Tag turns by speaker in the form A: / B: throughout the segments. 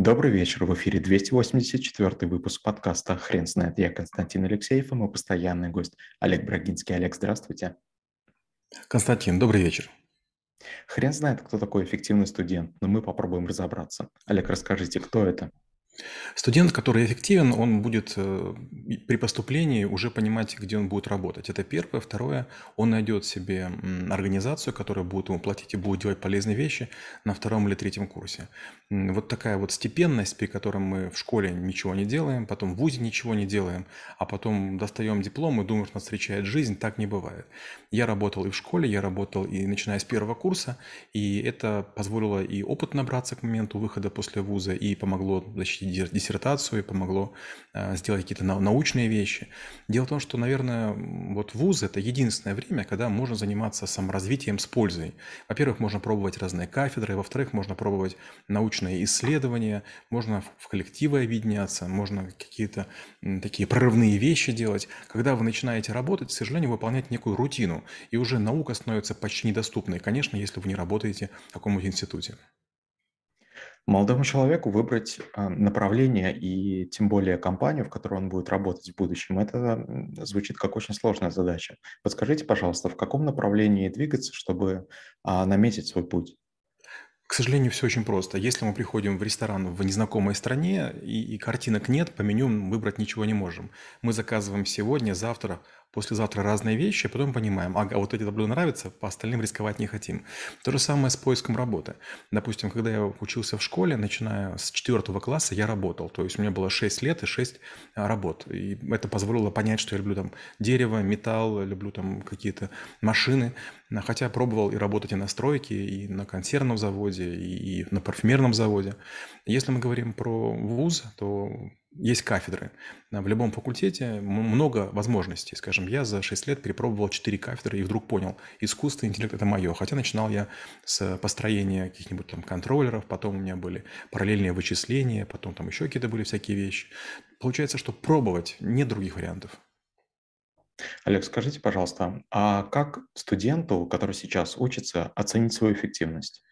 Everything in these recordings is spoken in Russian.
A: Добрый вечер, в эфире 284 выпуск подкаста «Хрен знает». Я Константин Алексеев и мой постоянный гость Олег Брагинский. Олег, здравствуйте.
B: Константин, добрый вечер.
A: Хрен знает, кто такой эффективный студент, но мы попробуем разобраться. Олег, расскажите, кто это?
B: Студент, который эффективен, он будет при поступлении уже понимать, где он будет работать. Это первое. Второе, он найдет себе организацию, которая будет ему платить и будет делать полезные вещи на втором или третьем курсе. Вот такая вот степенность, при которой мы в школе ничего не делаем, потом в вузе ничего не делаем, а потом достаем диплом и думаем, что нас встречает жизнь, так не бывает. Я работал и в школе, я работал и начиная с первого курса, и это позволило и опыт набраться к моменту выхода после вуза, и помогло защитить диссертацию, и помогло сделать какие-то научные вещи. Дело в том, что, наверное, вот вуз – это единственное время, когда можно заниматься саморазвитием с пользой. Во-первых, можно пробовать разные кафедры, во-вторых, можно пробовать научные исследования, можно в коллективы объединяться, можно какие-то такие прорывные вещи делать. Когда вы начинаете работать, к сожалению, выполнять некую рутину, и уже наука становится почти недоступной, конечно, если вы не работаете в каком-нибудь институте.
A: Молодому человеку выбрать направление и тем более компанию, в которой он будет работать в будущем, это звучит как очень сложная задача. Подскажите, пожалуйста, в каком направлении двигаться, чтобы наметить свой путь?
B: К сожалению, все очень просто. Если мы приходим в ресторан в незнакомой стране и картинок нет, по меню выбрать ничего не можем. Мы заказываем сегодня, завтра, послезавтра разные вещи, а потом понимаем, ага, вот эти блюда нравятся, по остальным рисковать не хотим. То же самое с поиском работы. Допустим, когда я учился в школе, начиная с 4 класса, я работал. То есть у меня было 6 лет и 6 работ. И это позволило понять, что я люблю там дерево, металл, люблю там какие-то машины. Хотя пробовал и работать и на стройке, и на консервном заводе, и на парфюмерном заводе. Если мы говорим про вуз, то есть кафедры. В любом факультете много возможностей. Скажем, я за 6 лет перепробовал 4 кафедры и вдруг понял, искусство, интеллект – это мое. Хотя начинал я с построения каких-нибудь там контроллеров, потом у меня были параллельные вычисления, потом там еще какие-то были всякие вещи. Получается, что пробовать, нет других вариантов.
A: Олег, скажите, пожалуйста, а как студенту, который сейчас учится, оценить свою эффективность?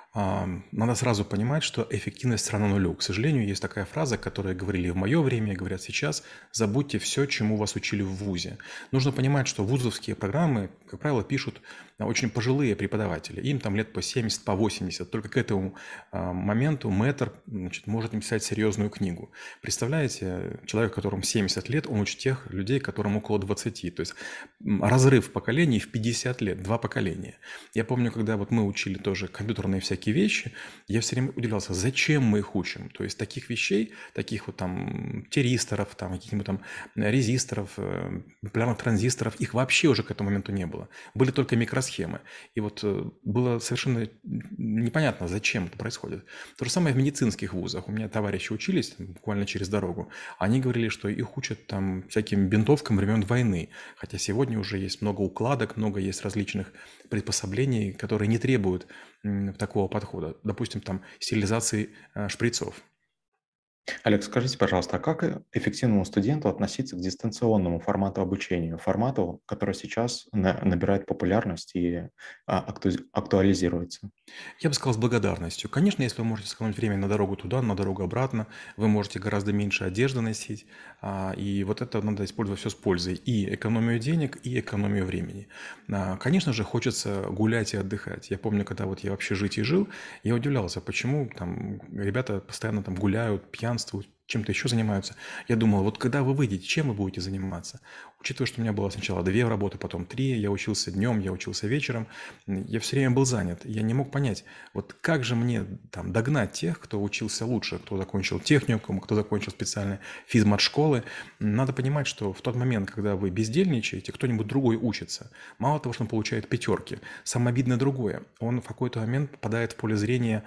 B: Надо сразу понимать, что эффективность равна нулю. К сожалению, есть такая фраза, которую говорили в мое время, говорят сейчас: забудьте все, чему вас учили в ВУЗе. Нужно понимать, что вузовские программы, как правило, пишут очень пожилые преподаватели. Им там лет по 70, по 80. Только к этому моменту мэтр, значит, может написать серьезную книгу. Представляете, человек, которому 70 лет, он учит тех людей, которым около 20. То есть разрыв поколений в 50 лет, два поколения. Я помню, когда вот мы учили тоже компьютерные всякие вещи, я все время удивлялся, зачем мы их учим. То есть таких вещей, таких вот там тиристоров, там каких-нибудь там резисторов, полярных транзисторов, их вообще уже к этому моменту не было. Были только микросхемы. И вот было совершенно непонятно, зачем это происходит. То же самое в медицинских вузах. У меня товарищи учились там, буквально через дорогу. Они говорили, что их учат там всяким бинтовкам времен войны. Хотя сегодня уже есть много укладок, много есть различных приспособлений, которые не требуют такого подхода. Допустим, там стерилизации шприцов.
A: Олег, скажите, пожалуйста, а как эффективному студенту относиться к дистанционному формату обучения, формату, который сейчас набирает популярность и актуализируется?
B: Я бы сказал, с благодарностью. Конечно, если вы можете сэкономить время на дорогу туда, на дорогу обратно, вы можете гораздо меньше одежды носить, и вот это надо использовать все с пользой. И экономию денег, и экономию времени. Конечно же, хочется гулять и отдыхать. Я помню, когда вот я в общежитии жил, я удивлялся, почему там ребята постоянно там гуляют, пьянствуют, чем-то еще занимаются. Я думал, вот когда вы выйдете, чем вы будете заниматься? Учитывая, что у меня было сначала 2 работы, потом 3, я учился днем, я учился вечером, я все время был занят. Я не мог понять, вот как же мне там догнать тех, кто учился лучше, кто закончил техникум, кто закончил специальные физмат-школы. Надо понимать, что в тот момент, когда вы бездельничаете, кто-нибудь другой учится. Мало того, что он получает пятерки, самое обидное другое. Он в какой-то момент попадает в поле зрения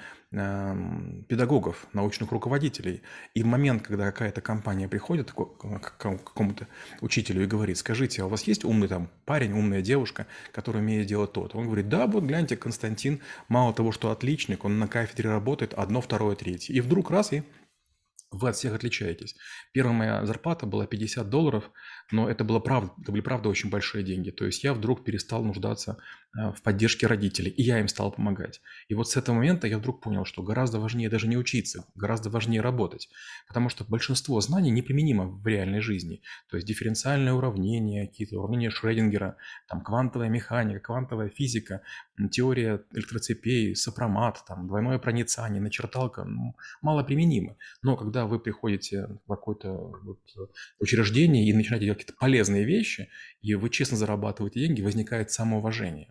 B: педагогов, научных руководителей. И в момент, когда какая-то компания приходит к какому-то учителю и говорит: скажите, а у вас есть умный там парень, умная девушка, который умеет делать то-то? Он говорит: да, вот гляньте, Константин, мало того, что отличник, он на кафедре работает одно, второе, третье. И вдруг раз, и вы от всех отличаетесь. Первая моя зарплата была $50, но это было правда, это были правда очень большие деньги. То есть я вдруг перестал нуждаться в поддержке родителей, и я им стал помогать. И вот с этого момента я вдруг понял, что гораздо важнее даже не учиться, гораздо важнее работать, потому что большинство знаний неприменимо в реальной жизни. То есть дифференциальное уравнение, какие-то уравнения Шрёдингера, там квантовая механика, квантовая физика, теория электроцепей, сопромат, там двойное проницание, начерталка, ну, мало применимы. Но когда вы приходите в какое-то вот учреждение и начинаете делать какие-то полезные вещи, и вы честно зарабатываете деньги, возникает самоуважение.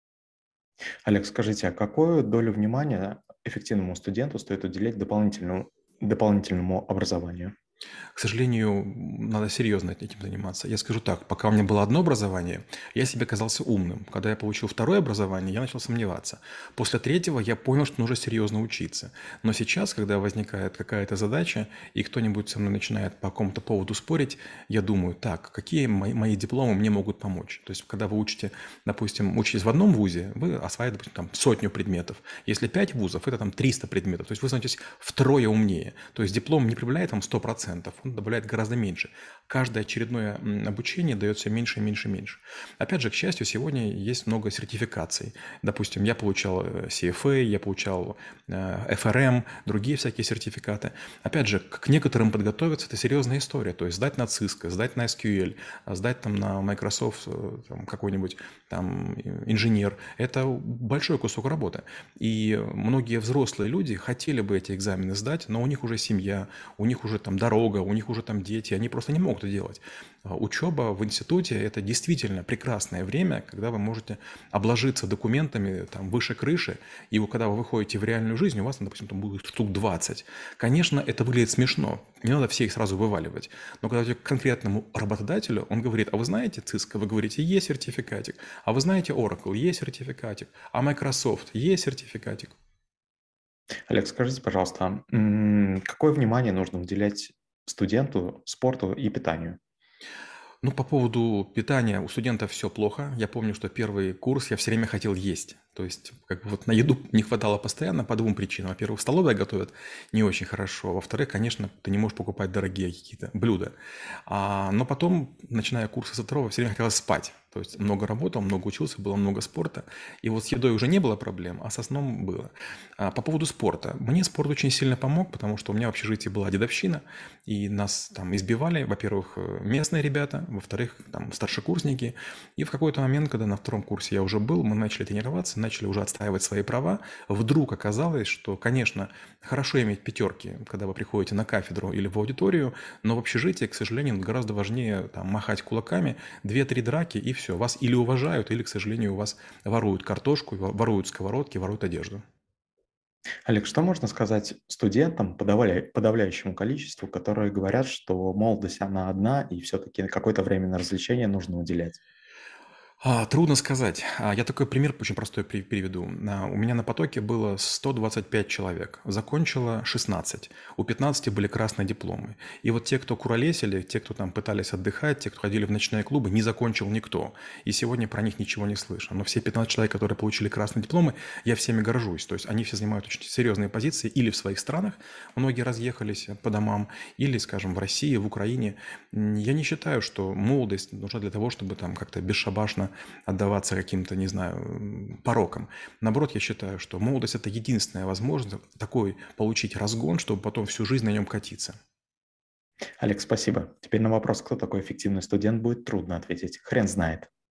A: Олег, скажите, а какую долю внимания эффективному студенту стоит уделять дополнительному образованию?
B: К сожалению, надо серьезно этим заниматься. Я скажу так, пока у меня было одно образование, я себе казался умным. Когда я получил второе образование, я начал сомневаться. После третьего я понял, что нужно серьезно учиться. Но сейчас, когда возникает какая-то задача, и кто-нибудь со мной начинает по какому-то поводу спорить, я думаю, так, какие мои дипломы мне могут помочь? То есть, когда вы учите, допустим, учитесь в одном вузе, вы осваиваете, допустим, там, сотню предметов. Если 5 вузов, это там 300 предметов. То есть вы становитесь втрое умнее. То есть диплом не прибавляет вам 100%, он добавляет гораздо меньше. Каждое очередное обучение дает все меньше и меньше и меньше. Опять же, к счастью, сегодня есть много сертификаций. Допустим, я получал CFA, я получал FRM, другие всякие сертификаты. Опять же, к некоторым подготовиться – это серьезная история. То есть сдать на Cisco, сдать на SQL, сдать там на Microsoft там, какой-нибудь там инженер – это большой кусок работы. И многие взрослые люди хотели бы эти экзамены сдать, но у них уже семья, у них уже там дорога, у них уже там дети, они просто не могут это делать. Учеба в институте – это действительно прекрасное время, когда вы можете обложиться документами там, выше крыши, и когда вы выходите в реальную жизнь, у вас, допустим, там будет штук 20. Конечно, это выглядит смешно, не надо все их сразу вываливать, но когда идете к конкретному работодателю, он говорит, а вы знаете Cisco? Вы говорите, есть сертификатик, а вы знаете Oracle? Есть сертификатик, а Microsoft? Есть сертификатик.
A: Олег, скажите, пожалуйста, какое внимание нужно уделять студенту, спорту и питанию?
B: Ну, по поводу питания у студентов все плохо. Я помню, что первый курс я все время хотел есть. То есть, как бы вот на еду не хватало постоянно по двум причинам. Во-первых, в столовой готовят не очень хорошо. Во-вторых, конечно, ты не можешь покупать дорогие какие-то блюда. Но потом, начиная курсы со второго, все время хотелось спать. То есть много работал, много учился, было много спорта. И вот с едой уже не было проблем, а со сном было. По поводу спорта. Мне спорт очень сильно помог, потому что у меня в общежитии была дедовщина, и нас там избивали, во-первых, местные ребята, во-вторых, там старшекурсники. И в какой-то момент, когда на втором курсе я уже был, мы начали тренироваться, начали уже отстаивать свои права. Вдруг оказалось, что, конечно, хорошо иметь пятерки, когда вы приходите на кафедру или в аудиторию, но в общежитии, к сожалению, гораздо важнее там, махать кулаками, две-три драки и все. Вас или уважают, или, к сожалению, у вас воруют картошку, воруют сковородки, воруют одежду.
A: Олег, что можно сказать студентам, подавляющему количеству, которые говорят, что молодость, она одна, и все-таки какое-то время на развлечение нужно уделять?
B: Трудно сказать. Я такой пример очень простой приведу. У меня на потоке было 125 человек, закончило 16. У 15 были красные дипломы. И вот те, кто куролесили, те, кто там пытались отдыхать, те, кто ходили в ночные клубы, не закончил никто. И сегодня про них ничего не слышно. Но все 15 человек, которые получили красные дипломы, я всеми горжусь. То есть они все занимают очень серьезные позиции или в своих странах, многие разъехались по домам, или, скажем, в России, в Украине. Я не считаю, что молодость нужна для того, чтобы там как-то бесшабашно отдаваться каким-то, не знаю, порокам. Наоборот, я считаю, что молодость – это единственная возможность такой получить разгон, чтобы потом всю жизнь на нем катиться.
A: Олег, спасибо. Теперь на вопрос, кто такой эффективный студент, будет трудно ответить. Хрен знает.